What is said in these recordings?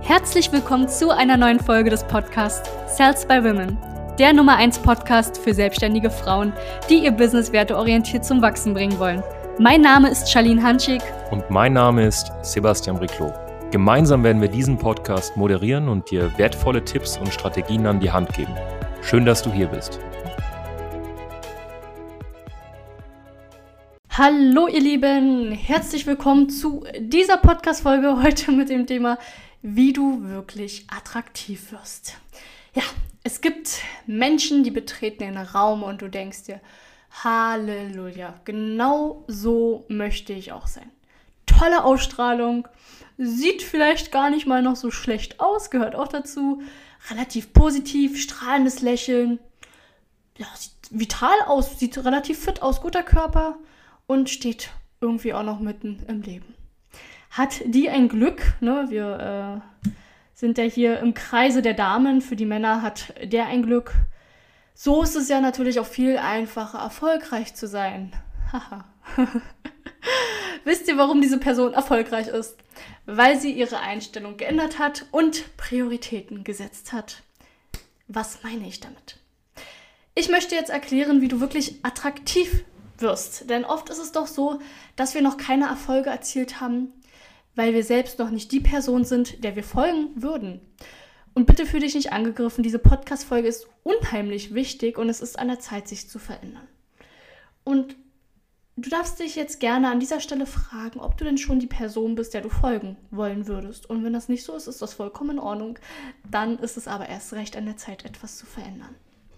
Herzlich willkommen zu einer neuen Folge des Podcasts Sales by Women, der Nummer 1 Podcast für selbstständige Frauen, die ihr Business werteorientiert zum Wachsen bringen wollen. Mein Name ist Charlene Hanschig. Und mein Name ist Sebastian Briclot. Gemeinsam werden wir diesen Podcast moderieren und dir wertvolle Tipps und Strategien an die Hand geben. Schön, dass du hier bist. Hallo ihr Lieben, herzlich willkommen zu dieser Podcast-Folge heute mit dem Thema, wie du wirklich attraktiv wirst. Ja, es gibt Menschen, die betreten einen Raum und du denkst dir, Halleluja, genau so möchte ich auch sein. Tolle Ausstrahlung, sieht vielleicht gar nicht mal noch so schlecht aus, gehört auch dazu. Relativ positiv, strahlendes Lächeln, ja, sieht vital aus, sieht relativ fit aus, guter Körper und steht irgendwie auch noch mitten im Leben. Hat die ein Glück, ne? Wir sind ja hier im Kreise der Damen, für die Männer hat der ein Glück. So ist es ja natürlich auch viel einfacher, erfolgreich zu sein. Haha. Wisst ihr, warum diese Person erfolgreich ist? Weil sie ihre Einstellung geändert hat und Prioritäten gesetzt hat. Was meine ich damit? Ich möchte jetzt erklären, wie du wirklich attraktiv wirst. Denn oft ist es doch so, dass wir noch keine Erfolge erzielt haben, weil wir selbst noch nicht die Person sind, der wir folgen würden. Und bitte fühl dich nicht angegriffen, diese Podcast-Folge ist unheimlich wichtig und es ist an der Zeit, sich zu verändern. Und du darfst dich jetzt gerne an dieser Stelle fragen, ob du denn schon die Person bist, der du folgen wollen würdest. Und wenn das nicht so ist, ist das vollkommen in Ordnung. Dann ist es aber erst recht an der Zeit, etwas zu verändern.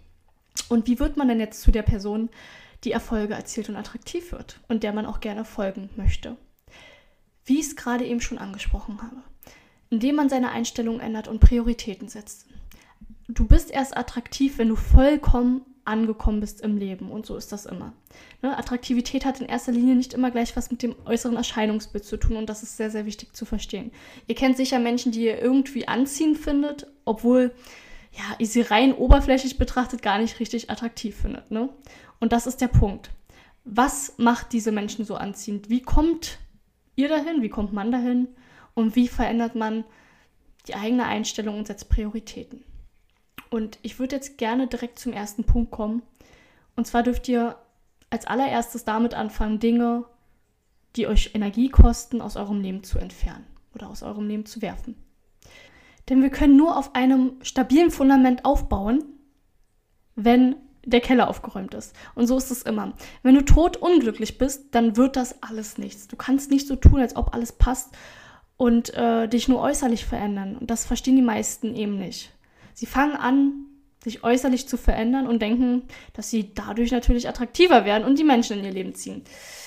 Und wie wird man denn jetzt zu der Person, die Erfolge erzielt und attraktiv wird und der man auch gerne folgen möchte? Wie ich es gerade eben schon angesprochen habe. Indem man seine Einstellung ändert und Prioritäten setzt. Du bist erst attraktiv, wenn du vollkommen angekommen bist im Leben. Und so ist das immer. Ne? Attraktivität hat in erster Linie nicht immer gleich was mit dem äußeren Erscheinungsbild zu tun. Und das ist sehr, sehr wichtig zu verstehen. Ihr kennt sicher Menschen, die ihr irgendwie anziehend findet, obwohl ihr sie rein oberflächlich betrachtet gar nicht richtig attraktiv findet. Ne? Und das ist der Punkt. Was macht diese Menschen so anziehend? Wie kommt ihr dahin? Wie kommt man dahin? Und wie verändert man die eigene Einstellung und setzt Prioritäten? Und ich würde jetzt gerne direkt zum ersten Punkt kommen. Und zwar dürft ihr als allererstes damit anfangen, Dinge, die euch Energie kosten, aus eurem Leben zu entfernen oder aus eurem Leben zu werfen. Denn wir können nur auf einem stabilen Fundament aufbauen, wenn der Keller aufgeräumt ist. Und so ist es immer. Wenn du totunglücklich bist, dann wird das alles nichts. Du kannst nicht so tun, als ob alles passt und dich nur äußerlich verändern. Und das verstehen die meisten eben nicht. Sie fangen an, sich äußerlich zu verändern und denken, dass sie dadurch natürlich attraktiver werden und die Menschen in ihr Leben ziehen.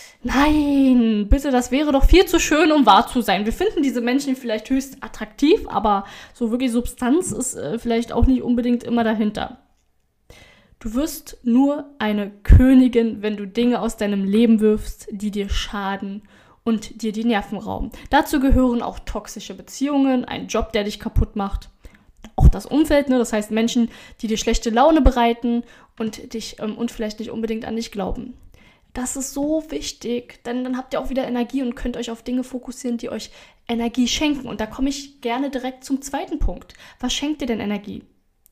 Nein, bitte, das wäre doch viel zu schön, um wahr zu sein. Wir finden diese Menschen vielleicht höchst attraktiv, aber so wirklich Substanz ist vielleicht auch nicht unbedingt immer dahinter. Du wirst nur eine Königin, wenn du Dinge aus deinem Leben wirfst, die dir schaden und dir die Nerven rauben. Dazu gehören auch toxische Beziehungen, ein Job, der dich kaputt macht, auch das Umfeld, ne? Das heißt Menschen, die dir schlechte Laune bereiten und dich und vielleicht nicht unbedingt an dich glauben. Das ist so wichtig, denn dann habt ihr auch wieder Energie und könnt euch auf Dinge fokussieren, die euch Energie schenken. Und da komme ich gerne direkt zum zweiten Punkt. Was schenkt dir denn Energie?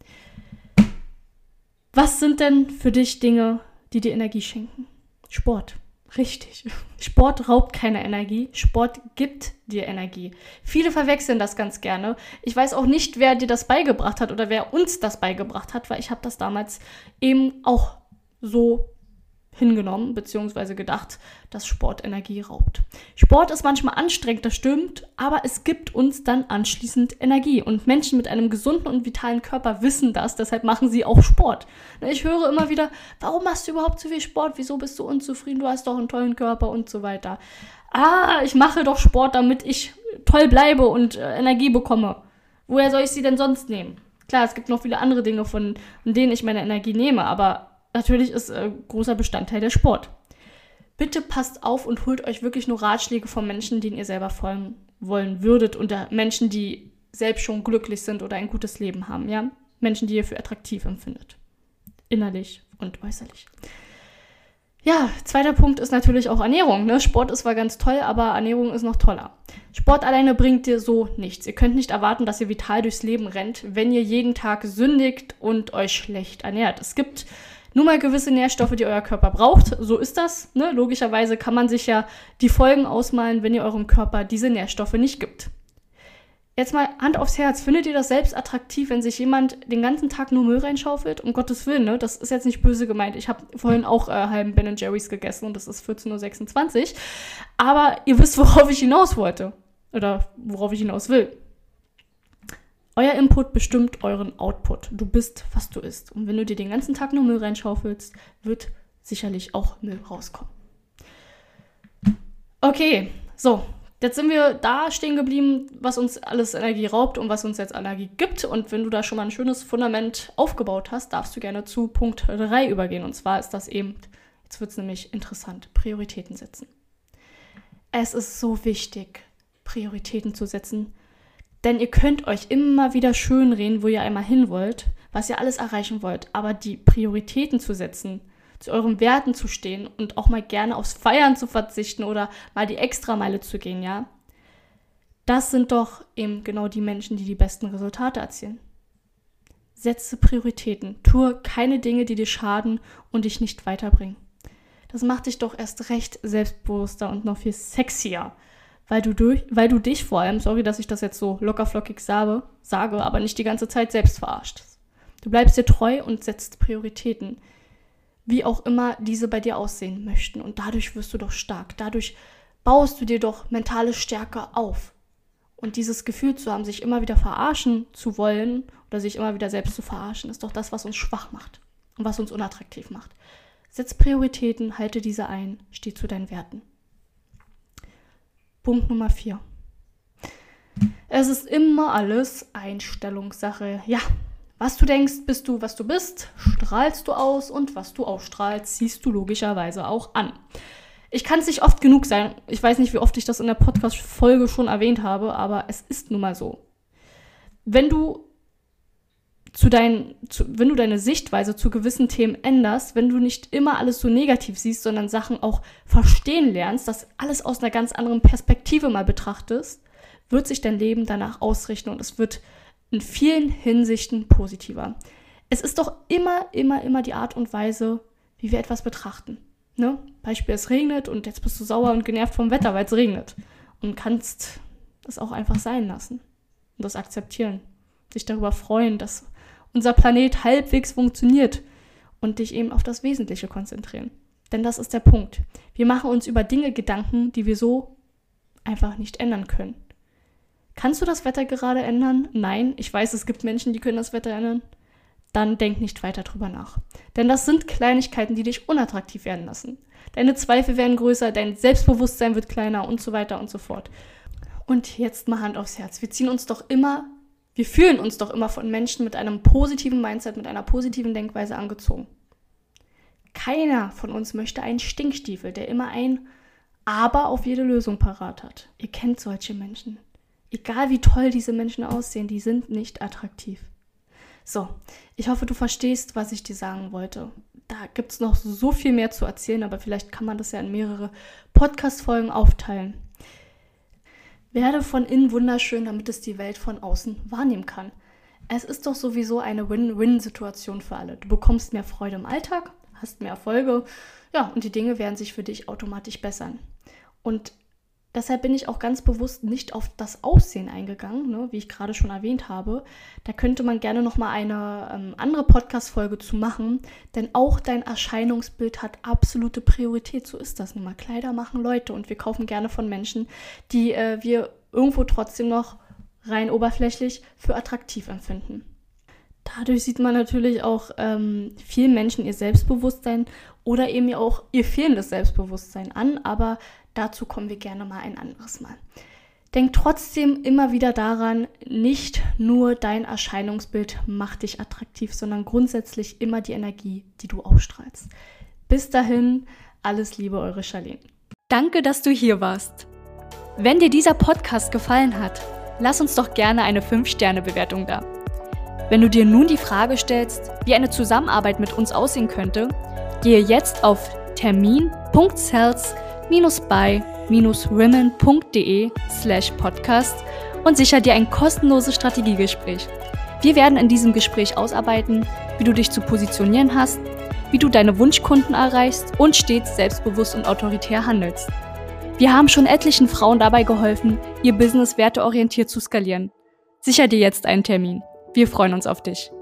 Was sind denn für dich Dinge, die dir Energie schenken? Sport. Richtig. Sport raubt keine Energie. Sport gibt dir Energie. Viele verwechseln das ganz gerne. Ich weiß auch nicht, wer dir das beigebracht hat oder wer uns das beigebracht hat, weil ich habe das damals eben auch so hingenommen, beziehungsweise gedacht, dass Sport Energie raubt. Sport ist manchmal anstrengend, das stimmt, aber es gibt uns dann anschließend Energie. Und Menschen mit einem gesunden und vitalen Körper wissen das, deshalb machen sie auch Sport. Ich höre immer wieder, warum machst du überhaupt so viel Sport? Wieso bist du unzufrieden? Du hast doch einen tollen Körper und so weiter. Ich mache doch Sport, damit ich toll bleibe und Energie bekomme. Woher soll ich sie denn sonst nehmen? Klar, es gibt noch viele andere Dinge, von denen ich meine Energie nehme, aber natürlich ist großer Bestandteil der Sport. Bitte passt auf und holt euch wirklich nur Ratschläge von Menschen, denen ihr selber folgen wollen würdet, oder Menschen, die selbst schon glücklich sind oder ein gutes Leben haben, ja? Menschen, die ihr für attraktiv empfindet. Innerlich und äußerlich. Ja, zweiter Punkt ist natürlich auch Ernährung. Ne? Sport ist zwar ganz toll, aber Ernährung ist noch toller. Sport alleine bringt dir so nichts. Ihr könnt nicht erwarten, dass ihr vital durchs Leben rennt, wenn ihr jeden Tag sündigt und euch schlecht ernährt. Es gibt nun mal gewisse Nährstoffe, die euer Körper braucht. So ist das. Ne? Logischerweise kann man sich ja die Folgen ausmalen, wenn ihr eurem Körper diese Nährstoffe nicht gibt. Jetzt mal Hand aufs Herz, findet ihr das selbst attraktiv, wenn sich jemand den ganzen Tag nur Müll reinschaufelt? Um Gottes Willen, ne? Das ist jetzt nicht böse gemeint. Ich habe vorhin auch halben Ben & Jerry's gegessen und das ist 14:26 Uhr. Aber ihr wisst, worauf ich hinaus wollte. Oder worauf ich hinaus will. Euer Input bestimmt euren Output. Du bist, was du isst. Und wenn du dir den ganzen Tag nur Müll reinschaufelst, wird sicherlich auch Müll rauskommen. Okay, so. Jetzt sind wir da stehen geblieben, was uns alles Energie raubt und was uns jetzt Energie gibt. Und wenn du da schon mal ein schönes Fundament aufgebaut hast, darfst du gerne zu Punkt 3 übergehen. Und zwar ist das eben, jetzt wird es nämlich interessant, Prioritäten setzen. Es ist so wichtig, Prioritäten zu setzen. Denn ihr könnt euch immer wieder schönreden, wo ihr einmal hin wollt, was ihr alles erreichen wollt. Aber die Prioritäten zu setzen, zu euren Werten zu stehen und auch mal gerne aufs Feiern zu verzichten oder mal die Extrameile zu gehen, ja. Das sind doch eben genau die Menschen, die die besten Resultate erzielen. Setze Prioritäten. Tue keine Dinge, die dir schaden und dich nicht weiterbringen. Das macht dich doch erst recht selbstbewusster und noch viel sexier, weil du dich vor allem, sorry, dass ich das jetzt so lockerflockig sage, aber nicht die ganze Zeit selbst verarscht. Du bleibst dir treu und setzt Prioritäten, wie auch immer diese bei dir aussehen möchten. Und dadurch wirst du doch stark. Dadurch baust du dir doch mentale Stärke auf. Und dieses Gefühl zu haben, sich immer wieder verarschen zu wollen oder sich immer wieder selbst zu verarschen, ist doch das, was uns schwach macht und was uns unattraktiv macht. Setz Prioritäten, halte diese ein, steh zu deinen Werten. Punkt Nummer 4. Es ist immer alles Einstellungssache. Ja, was du denkst, bist du, was du bist, strahlst du aus und was du ausstrahlst, ziehst du logischerweise auch an. Ich kann es nicht oft genug sagen, ich weiß nicht, wie oft ich das in der Podcast-Folge schon erwähnt habe, aber es ist nun mal so. Wenn du deine Sichtweise zu gewissen Themen änderst, wenn du nicht immer alles so negativ siehst, sondern Sachen auch verstehen lernst, das alles aus einer ganz anderen Perspektive mal betrachtest, wird sich dein Leben danach ausrichten und es wird in vielen Hinsichten positiver. Es ist doch immer die Art und Weise, wie wir etwas betrachten. Ne? Beispiel, es regnet und jetzt bist du sauer und genervt vom Wetter, weil es regnet. Und kannst es auch einfach sein lassen und das akzeptieren. Dich darüber freuen, dass unser Planet halbwegs funktioniert und dich eben auf das Wesentliche konzentrieren. Denn das ist der Punkt. Wir machen uns über Dinge Gedanken, die wir so einfach nicht ändern können. Kannst du das Wetter gerade ändern? Nein, ich weiß, es gibt Menschen, die können das Wetter ändern. Dann denk nicht weiter drüber nach. Denn das sind Kleinigkeiten, die dich unattraktiv werden lassen. Deine Zweifel werden größer, dein Selbstbewusstsein wird kleiner und so weiter und so fort. Und jetzt mal Hand aufs Herz. Wir fühlen uns doch immer von Menschen mit einem positiven Mindset, mit einer positiven Denkweise angezogen. Keiner von uns möchte einen Stinkstiefel, der immer ein Aber auf jede Lösung parat hat. Ihr kennt solche Menschen. Egal wie toll diese Menschen aussehen, die sind nicht attraktiv. So, ich hoffe, du verstehst, was ich dir sagen wollte. Da gibt es noch so viel mehr zu erzählen, aber vielleicht kann man das ja in mehrere Podcast-Folgen aufteilen. Werde von innen wunderschön, damit es die Welt von außen wahrnehmen kann. Es ist doch sowieso eine Win-Win-Situation für alle. Du bekommst mehr Freude im Alltag, hast mehr Erfolge, ja, und die Dinge werden sich für dich automatisch bessern. Und deshalb bin ich auch ganz bewusst nicht auf das Aussehen eingegangen, ne, wie ich gerade schon erwähnt habe. Da könnte man gerne nochmal eine andere Podcast-Folge zu machen, denn auch dein Erscheinungsbild hat absolute Priorität. So ist das nun mal. Kleider machen Leute und wir kaufen gerne von Menschen, die wir irgendwo trotzdem noch rein oberflächlich für attraktiv empfinden. Dadurch sieht man natürlich auch vielen Menschen ihr Selbstbewusstsein oder eben auch ihr fehlendes Selbstbewusstsein an, aber dazu kommen wir gerne mal ein anderes Mal. Denk trotzdem immer wieder daran, nicht nur dein Erscheinungsbild macht dich attraktiv, sondern grundsätzlich immer die Energie, die du ausstrahlst. Bis dahin, alles Liebe, eure Charlene. Danke, dass du hier warst. Wenn dir dieser Podcast gefallen hat, lass uns doch gerne eine 5-Sterne-Bewertung da. Wenn du dir nun die Frage stellst, wie eine Zusammenarbeit mit uns aussehen könnte, gehe jetzt auf termin.sales-by-women.de/podcast und sicher dir ein kostenloses Strategiegespräch. Wir werden in diesem Gespräch ausarbeiten, wie du dich zu positionieren hast, wie du deine Wunschkunden erreichst und stets selbstbewusst und autoritär handelst. Wir haben schon etlichen Frauen dabei geholfen, ihr Business werteorientiert zu skalieren. Sicher dir jetzt einen Termin. Wir freuen uns auf dich.